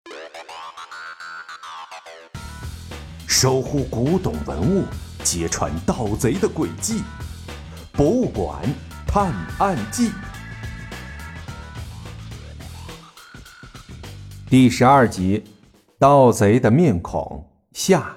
守护古董文物，揭穿盗贼的诡计。博物馆探案记第12集：盗贼的面孔下。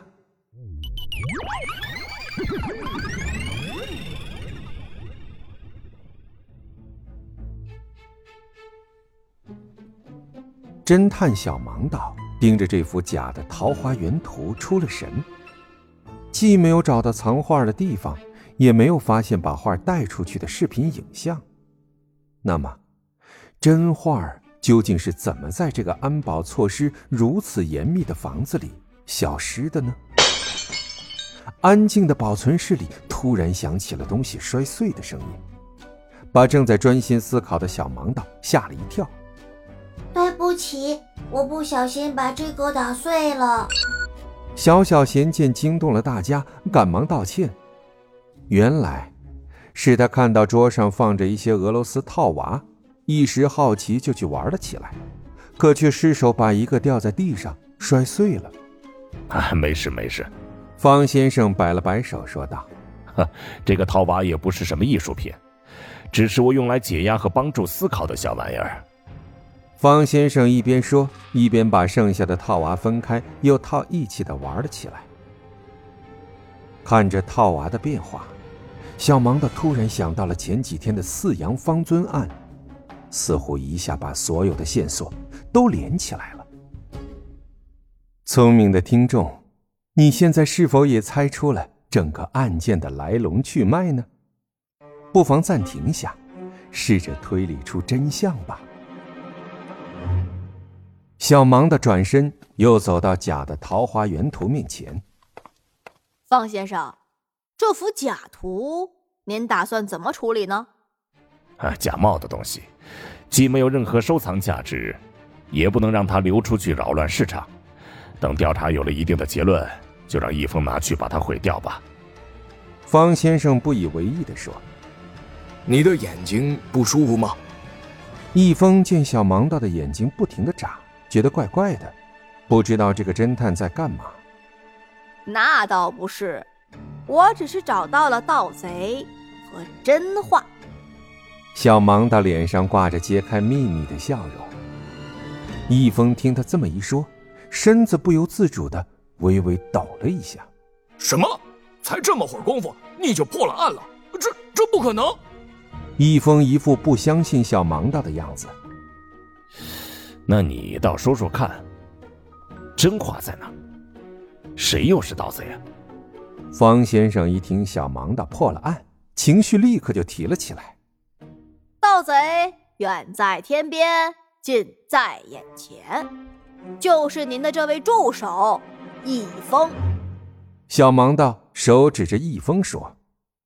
侦探小盲道盯着这幅假的桃花源图出了神，既没有找到藏画的地方，也没有发现把画带出去的视频影像。那么真画究竟是怎么在这个安保措施如此严密的房子里消失的呢？安静的保存室里突然响起了东西摔碎的声音，把正在专心思考的小盲道吓了一跳。 对不起，我不小心把这个打碎了。 小小贤见惊动了大家，赶忙道歉。原来是他看到桌上放着一些俄罗斯套娃，一时好奇就去玩了起来，可却失手把一个掉在地上摔碎了。 没事没事。 方先生摆了摆手说道， 这个套娃也不是什么艺术品，只是我用来解压和帮助思考的小玩意儿。 方先生一边说，一边把剩下的套娃分开，又套一起的玩了起来。看着套娃的变化，小盲道突然想到了前几天的四羊方尊案，似乎一下把所有的线索都连起来了。聪明的听众，你现在是否也猜出了整个案件的来龙去脉呢？不妨暂停一下，试着推理出真相吧。小盲的转身又走到假的桃花源图面前。 方先生，这幅假图您打算怎么处理呢？ 假冒的东西既没有任何收藏价值，也不能让它流出去扰乱市场。等调查有了一定的结论，就让易峰拿去把它毁掉吧。 方先生不以为意地说。 你的眼睛不舒服吗？ 易峰见小盲道的眼睛不停地眨，觉得怪怪的，不知道这个侦探在干嘛。 那倒不是，我只是找到了盗贼和真话。 小盲道脸上挂着揭开秘密的笑容。易峰听他这么一说，身子不由自主地微微抖了一下。 什么？才这么会儿功夫你就破了案了？这不可能！ 易峰一副不相信小盲道的样子。 那你倒说说看，真话在哪？谁又是盗贼啊？ 方先生一听小盲道破了案，情绪立刻就提了起来。 盗贼远在天边，近在眼前，就是您的这位助手易峰。 小盲道手指着易峰说，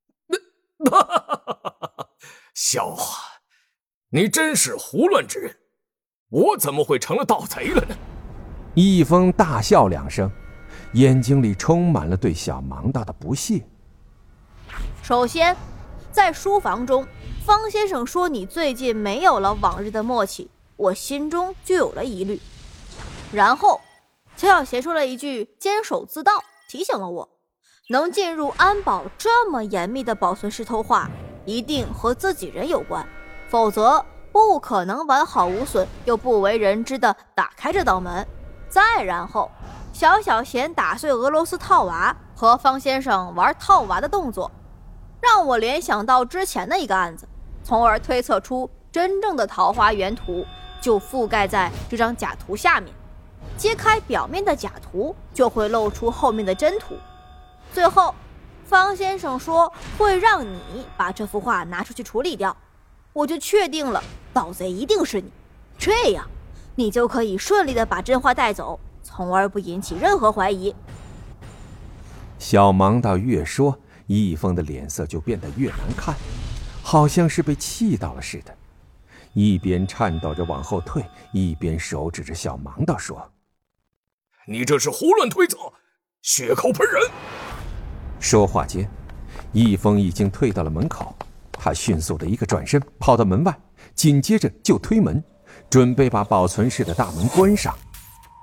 笑话，你真是胡乱之人，我怎么会成了盗贼了呢？ 易峰大笑两声，眼睛里充满了对小盲道的不屑。 首先，在书房中，方先生说你最近没有了往日的默契，我心中就有了疑虑。然后乔小贤说了一句监守自盗，提醒了我，能进入安保这么严密的保存室偷画，一定和自己人有关，否则不可能完好无损又不为人知的打开这道门。再然后，小小贤打碎俄罗斯套娃和方先生玩套娃的动作，让我联想到之前的一个案子，从而推测出真正的桃花源图就覆盖在这张假图下面，揭开表面的假图就会露出后面的真图。最后方先生说会让你把这幅画拿出去处理掉，我就确定了盗贼一定是你，这样你就可以顺利的把真画带走，从而不引起任何怀疑。 小盲道越说，易峰的脸色就变得越难看，好像是被气到了似的，一边颤抖着往后退，一边手指着小盲道说， 你这是胡乱推测，血口喷人。 说话间，易峰已经退到了门口，他迅速的一个转身跑到门外，紧接着就推门，准备把保存室的大门关上。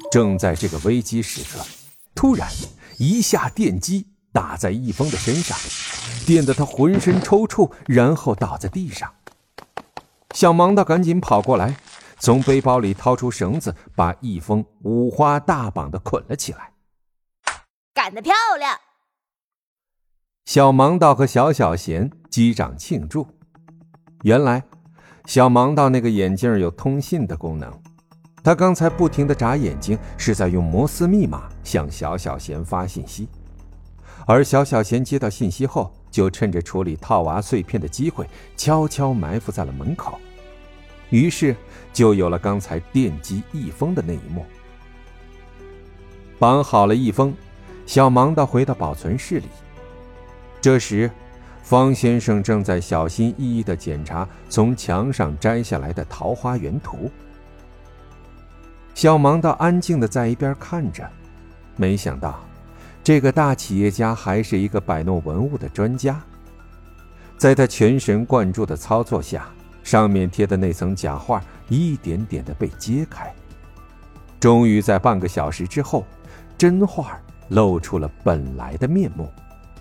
正在这个危机时刻，突然一下电击打在易峰的身上，电得他浑身抽搐，然后倒在地上。小盲道赶紧跑过来，从背包里掏出绳子，把易峰五花大绑地捆了起来。 干得漂亮！ 小盲道和小小贤击掌庆祝。原来小盲道那个眼镜有通信的功能，他刚才不停地眨眼睛，是在用摩斯密码向小小贤发信息。而小小贤接到信息后，就趁着处理套娃碎片的机会，悄悄埋伏在了门口。于是就有了刚才电击易峰的那一幕。绑好了易峰，小盲道回到保存室里。这时方先生正在小心翼翼地检查从墙上摘下来的桃花源图。小盲道安静地在一边看着，没想到这个大企业家还是一个摆弄文物的专家。在他全神贯注的操作下，上面贴的那层假画一点点地被揭开。终于在半个小时之后，真画露出了本来的面目。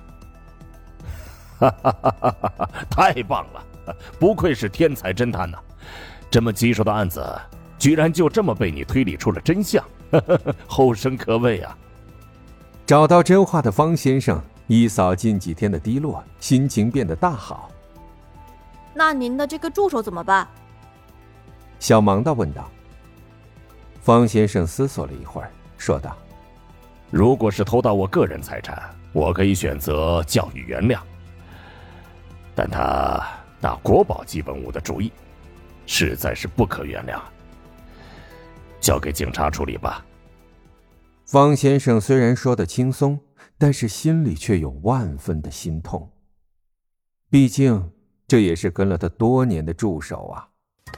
太棒了，不愧是天才侦探呐！这么棘手的案子居然就这么被你推理出了真相，后生可畏啊！ 找到真话的方先生一扫近几天的低落，心情变得大好。 那您的这个助手怎么办？ 小盲道问道。方先生思索了一会儿，说道： 如果是偷盗我个人财产，我可以选择教育原谅，但他拿国宝级文物的主意，实在是不可原谅。交给警察处理吧。 方先生虽然说得轻松，但是心里却有万分的心痛。毕竟这也是跟了他多年的助手啊。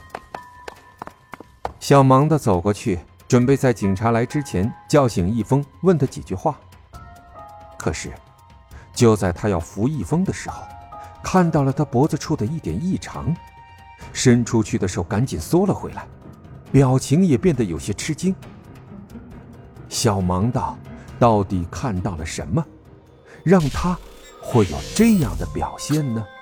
小盲的走过去，准备在警察来之前叫醒易峰，问他几句话。可是就在他要扶易峰的时候，看到了他脖子处的一点异常，伸出去的手赶紧缩了回来，表情也变得有些吃惊。小盲道到底看到了什么，让他会有这样的表现呢？